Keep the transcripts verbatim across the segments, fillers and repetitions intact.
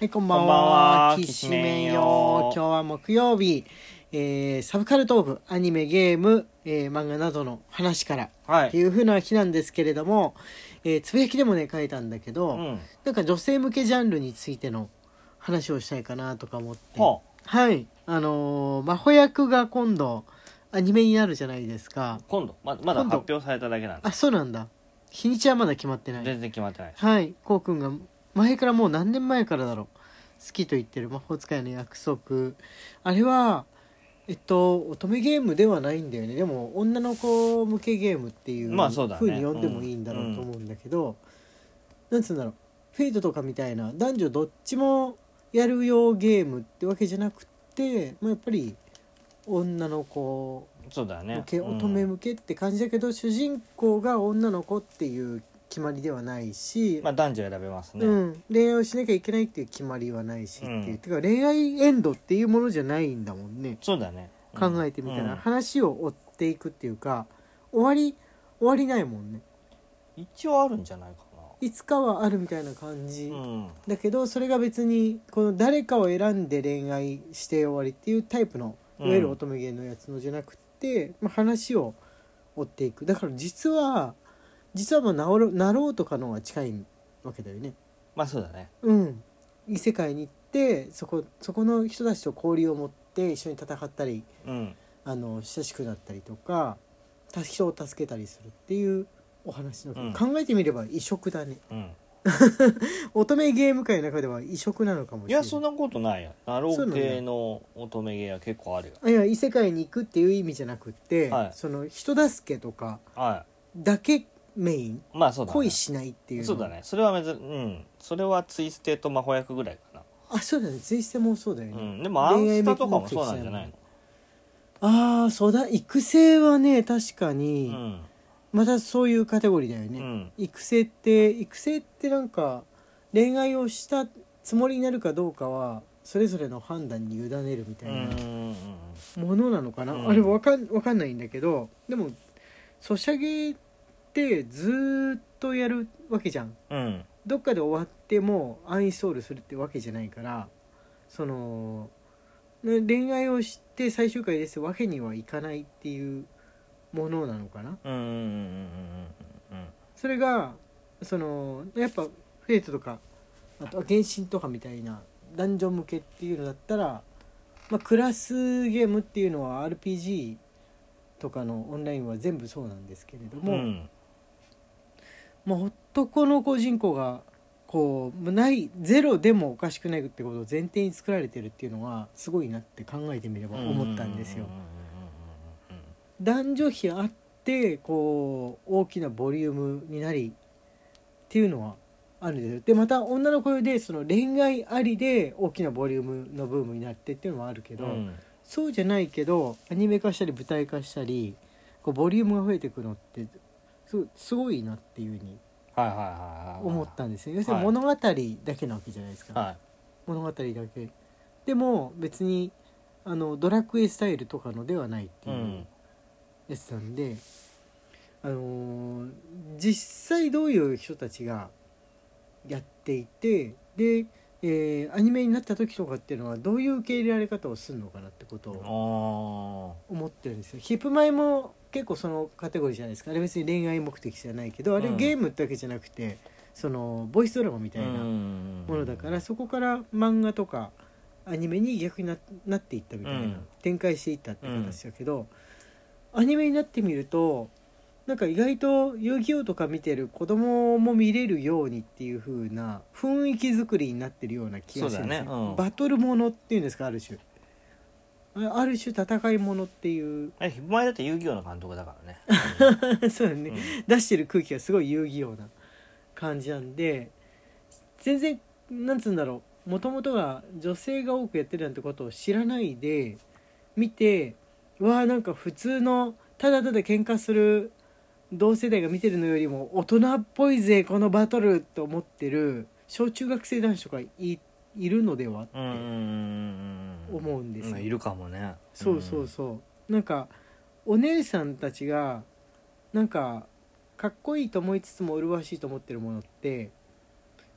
はい、こんばんこんばんは。 はきしめんよ。今日は木曜日、えー、サブカルトーク、アニメ、ゲーム、えー、漫画などの話から、 はいっていう風な日なんですけれども、えー、つぶやきでもね、書いたんだけど、 うん、 なんか女性向けジャンルについての話をしたいかなとか思って。 ははい。あのー、魔法役が今度、アニメになるじゃないですか。 今度 ま, まだ今度発表されただけなんであ、そうなんだ。日にちはまだ決まってない。 全然決まってないです。 はい、こうくんが前からもう何年前からだろう好きと言ってる魔法使いの約束、あれはえっと乙女ゲームではないんだよね。でも女の子向けゲームっていうまあそうだね風に呼んでもいいんだろうと思うんだけど、なんつうんだろう、フェイトとかみたいな男女どっちもやるようゲームってわけじゃなくて、まあ、やっぱり女の子そうだね向け、 うん乙女向けって感じだけど、主人公が女の子っていう決まりではないし、 まあ男女選べますね、 うん、恋愛をしなきゃいけないっていう決まりはないしっていう、 うんてか恋愛エンドっていうものじゃないんだもんね、 そうだね、 考えてみたら、 うん話を追っていくっていうか終わり終わりないもんね。 一応あるんじゃないかいつかはあるみたいな感じ、 な、うんだけどそれが別にこの誰かを選んで恋愛して終わりっていうタイプのいわゆる乙女芸のやつのじゃなくて、まあ、話を追っていく。だから実は実はまあなろなろうとかの方が近いわけだよね。 まあそうだね、 うん、異世界に行ってそこそこの人たちと交流を持って一緒に戦ったり、 うんあの親しくなったりとか人を助けたりするっていうお話の、うん、考えてみれば異色だね、 うん、 乙女ゲーム界の中では異色なのかもしれない。 いやそんなことないよ。ナロー系の乙女ゲーは結構あるよ。 いや異世界に行くっていう意味じゃなくって、 はい、 その人助けとかだけメイン、 はい、まあそうだね、 恋しないっていうの。 そうだね、それは珍うんそれはツイステと魔法役ぐらいかな。 あ、そうだね、ツイステもそうだよね、 うん、でもアンスタとかもそうなんじゃないの。 ああ、そうだ、育成はね確かに、 うん、 またそういうカテゴリーだよね、 うん、 育成って育成ってなんか恋愛をしたつもりになるかどうかはそれぞれの判断に委ねるみたいなものなのかな、 うん、 あれわかんわかんないんだけど、でもソシャゲってずっとやるわけじゃん、 うん、 どっかで終わってもアンインストールするってわけじゃないから、その恋愛をして最終回ですわけにはいかないっていうものなのかな、 うんうんうんうんうんそれがそのやっぱフェイトとかあとは原神とかみたいな男女向けっていうのだったら、まあ、クラスゲームっていうのは アールピージー とかのオンラインは全部そうなんですけれども、 うん、 まあ、男の子人口がこうないゼロでもおかしくないってことを前提に作られてるっていうのはすごいなって考えてみれば思ったんですよ。男女比あってこう大きなボリュームになりっていうのはあるんですよ。でまた女の子でその恋愛ありで大きなボリュームのブームになってっていうのもあるけど、 うん、 そうじゃないけどアニメ化したり舞台化したりこうボリュームが増えていくのってすすごいなっていう風に思ったんですよ。要するに物語だけなわけじゃないですか、 はい、 物語だけでも別にあのドラクエスタイルとかのではないっていうやつなんで、あのー、実際どういう人たちがやっていてで、えー、アニメになった時とかっていうのはどういう受け入れられ方をするのかなってことを思ってるんですよ。ヒップマイも結構そのカテゴリーじゃないですか。あれ別に恋愛目的じゃないけどあれゲームってわけじゃなくて、うん、そのボイスドラマみたいなものだから、そこから漫画とかアニメに逆に な, なっていったみたいな、うん、展開していったって形だけど、うん、アニメになってみるとなんか意外と遊戯王とか見てる子供も見れるようにっていう風な雰囲気作りになってるような気がするんですよ、ね、うん、バトルものっていうんですか、ある種ある種戦いものっていう。 あれ前だって遊戯王の監督だからねそうだね、うん、出してる空気がすごい遊戯王な感じなんで、全然なんつうんだろう、もともとが女性が多くやってるなんてことを知らないで見て、わあなんか普通のただただ喧嘩する同世代が見てるのよりも大人っぽいぜこのバトルと思ってる小中学生男子とか い, いるのではって思うんですよ、 うん、いるかもね。 そうそうそう、なんかお姉さんたちがなんかかっこいいと思いつつも麗しいと思ってるものって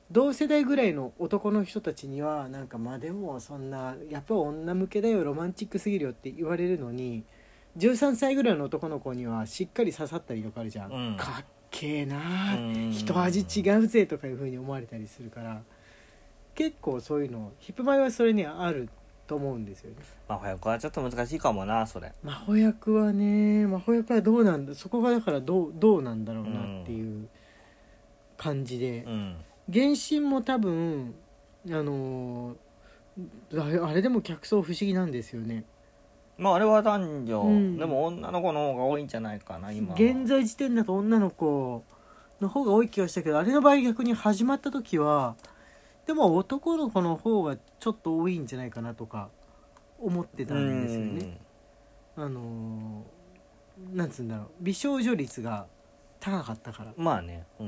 同世代ぐらいの男の人たちにはなんかまあでもそんなやっぱ女向けだよロマンチックすぎるよって言われるのにじゅうさんさいぐらいの男の子にはしっかり刺さったりとかあるじゃん、 うん、 かっけえな、 うん、 一味違うぜとかいう風に思われたりするから結構そういうのヒップマイはそれにあると思うんですよね。 魔法役はちょっと難しいかもなそれ。 魔法役はね魔法役はどうなんだそこがだからどうどうなんだろうなっていう感じで、 うん、 原神も多分あのー、あれでも客層不思議なんですよね。 まああれは男女、 うん、 でも女の子の方が多いんじゃないかな今。 現在時点だと女の子の方が多い気がしたけどあれの場合逆に始まった時はでも男の子の方がちょっと多いんじゃないかなとか思ってたんですよね。あのー、なんつうんだろう美少女率が高かったからまあね、うんうん、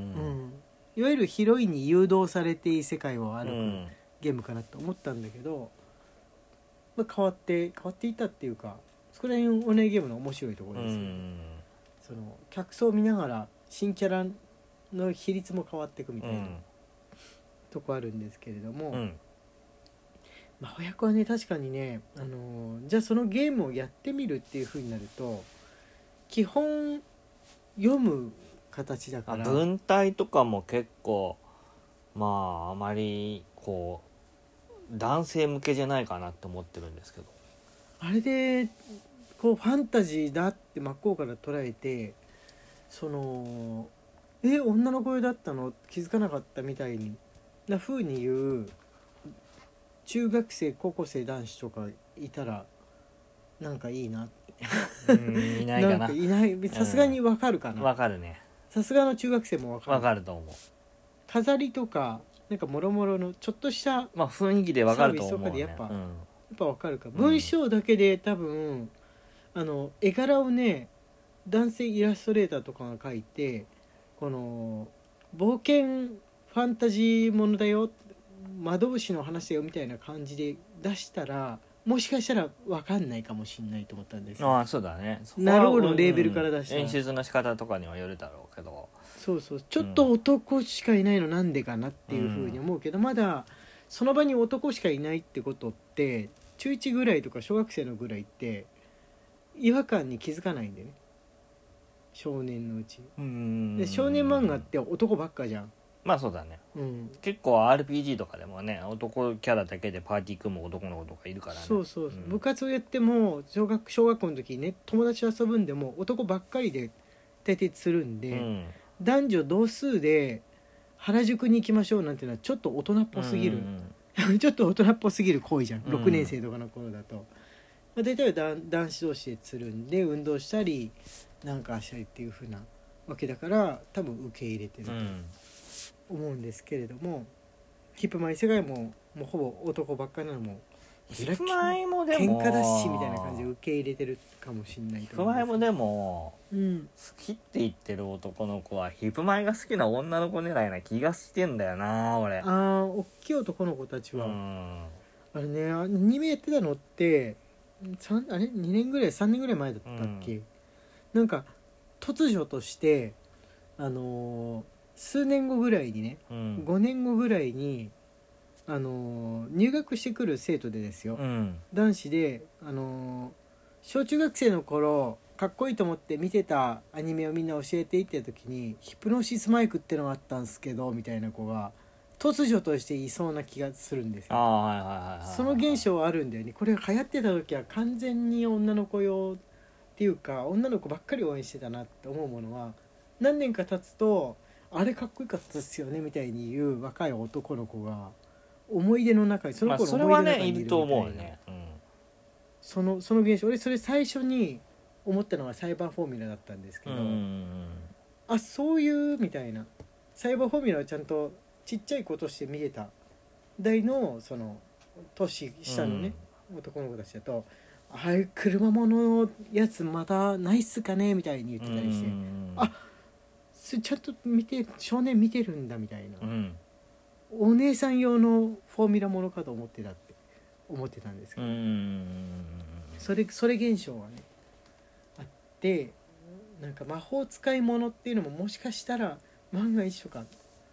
いわゆるヒロインに誘導されて世界を歩く、 うんゲームかなと思ったんだけど、まあ、変わって変わっていたっていうかそこら辺オンラインゲームの面白いところですよ、ね、うん、その客層を見ながら新キャラの比率も変わっていくみたいな、うん、とこあるんですけれども、うん、まあ子役はね確かにね、あのー、じゃあそのゲームをやってみるっていう風になると基本読む形だから文体とかも結構まああまりこう男性向けじゃないかなって思ってるんですけどあれでこうファンタジーだって真っ向から捉えてそのえ女の声だったの気づかなかったみたいにな風に言う中学生高校生男子とかいたらなんかいいなってうんいないかななんかいないさすがにわかるかな、 わかるねさすがの中学生もわかるわかると思う飾りとかなんかもろもろのちょっとしたまあ雰囲気でわかると思う、ね、 サービスとかでやっぱ、うん、やっぱわかるか、 うん、 文章だけで多分あの絵柄をね男性イラストレーターとかが描いてこの冒険ファンタジーものだよ窓節の話だよみたいな感じで出したらもしかしたら分かんないかもしれないと思ったんですよ。 ああそうだねナローのレーベルから出したら、 うん、演出の仕方とかにはよるだろうけどそうそうちょっと男しかいないのなんでかなっていうふうに思うけど、うん、まだその場に男しかいないってことって中いちぐらいとか小学生のぐらいって違和感に気づかないんでね少年のうちうんで少年漫画って男ばっかじゃん。 まあそうだね、うん、結構 アールピージー とかでもね男キャラだけでパーティー組む男の子とかいるからね。 そうそう、うん、部活をやっても小学小学校の時にね友達と遊ぶんでも男ばっかりで大抵するんで、うん、男女同数で原宿に行きましょうなんていうのはちょっと大人っぽすぎる、うんうん、ちょっと大人っぽすぎる行為じゃん、うん、ろくねん生とかの頃だと、まあ、大体は男子同士でつるんで運動したりなんかしたりっていう風なわけだから多分受け入れてると思うんですけれども、うん、ヒップマイ世界ももうほぼ男ばっかりなのもヒップマイもでも喧嘩だしみたいな感じで受け入れてるかもしれないと思うんです。ヒップマイもでも、 うん、 好きって言ってる男の子はヒップマイが好きな女の子狙いな気がしてんだよな俺。 ああ大きい男の子たちは、うん、あれねアニメやってたのってあれにねんぐらいさんねんぐらい前だったっけ、うん、なんか突如としてあのー、数年後ぐらいにね、うん、ごねんごぐらいにあのー、入学してくる生徒でですよ、うん、男子で、あのー、小中学生の頃かっこいいと思って見てたアニメをみんな教えていってた時にヒプノシスマイクってのがあったんすけどみたいな子が突如としていそうな気がするんですよ。 あ、はいはいはいはい、 その現象はあるんだよね。これが流行ってた時は完全に女の子用っていうか女の子ばっかり応援してたなって思うものは何年か経つとあれかっこよかったですよねみたいに言う若い男の子が思い出の中にその子の思い出の中にいるみたいな、まあ、それはねいると思うね、うん、そのその現象俺それ最初に思ったのはサイバーフォーミュラだったんですけど、うんうんうん、あそういうみたいなサイバーフォーミュラはちゃんとちっちゃい子として見れた代のその年下のね、うん、男の子たちだとああいう車物のやつまたないっすかねみたいに言ってたりして、うん、あちゃんと見て少年見てるんだみたいな、うん、お姉さん用のフォーミュラものかと思ってたって思ってたんですけど、うん、それそれ現象はねあってなんか魔法使い物っていうのももしかしたら漫画一緒か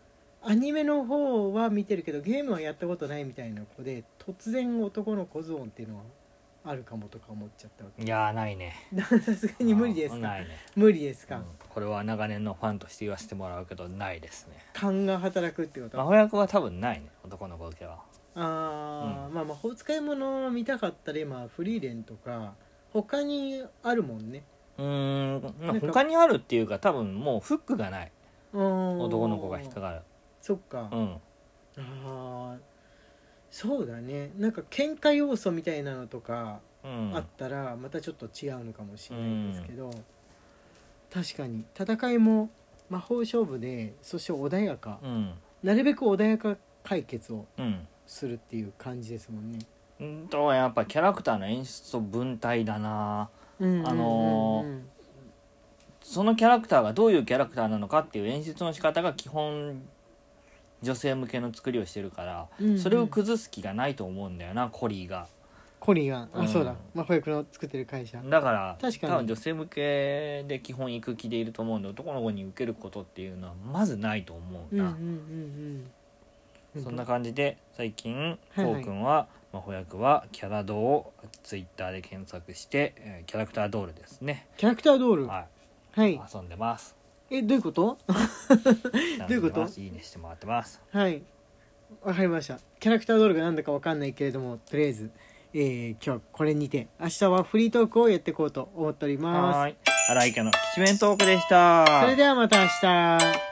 アニメの方は見てるけどゲームはやったことないみたいな子で、突然男の子ゾーンっていうのはあるかもとか思っちゃったわけ。 いやーないね。 さすがに無理ですか。 ないね。 無理ですか、 うん、これは長年のファンとして言わせてもらうけどないですね。 勘が働くってこと。 魔法役は多分ないね、男の子受けは。 あ、 うん、 まあ魔法使い物見たかったら今フリーレンとか他にあるもんね。 うーん、他にあるっていうか多分もうフックがない。 男男の子が引っかかる。 そっか、 うん、 ああそうだね。なんか喧嘩要素みたいなのとかあったらまたちょっと違うのかもしれないんですけど、うん、確かに戦いも魔法勝負で、そして穏やか、うん、なるべく穏やか解決をするっていう感じですもんね。 うんとやっぱキャラクターの演出と文体だな、うんうんうんうん、あのー、そのキャラクターがどういうキャラクターなのかっていう演出の仕方が基本女性向けの作りをしてるから、うんうん、それを崩す気がないと思うんだよな、コリーが。 コリーが、あ、うん、そうだ、魔法役の作ってる会社だから。 確かに多分女性向けで基本行く気でいると思うんで、男の子に受けることっていうのはまずないと思うな、うんうんうんうん、そんな感じで最近こうくんは魔法役はキャラドをツイッターで検索して、えー、キャラクタードールですね。 キャラクタードール、 はい、 はい、 遊んでます。 え、どういうことどういうこと。 いいねしてもらってます。 はい、わかりました。キャラクタードールが何だかわかんないけれども、とりあえず、えー、今日はこれにて明日はフリートークをやっていこうと思っております。 はい、荒井家のきしめんトークでした。 それではまた明日。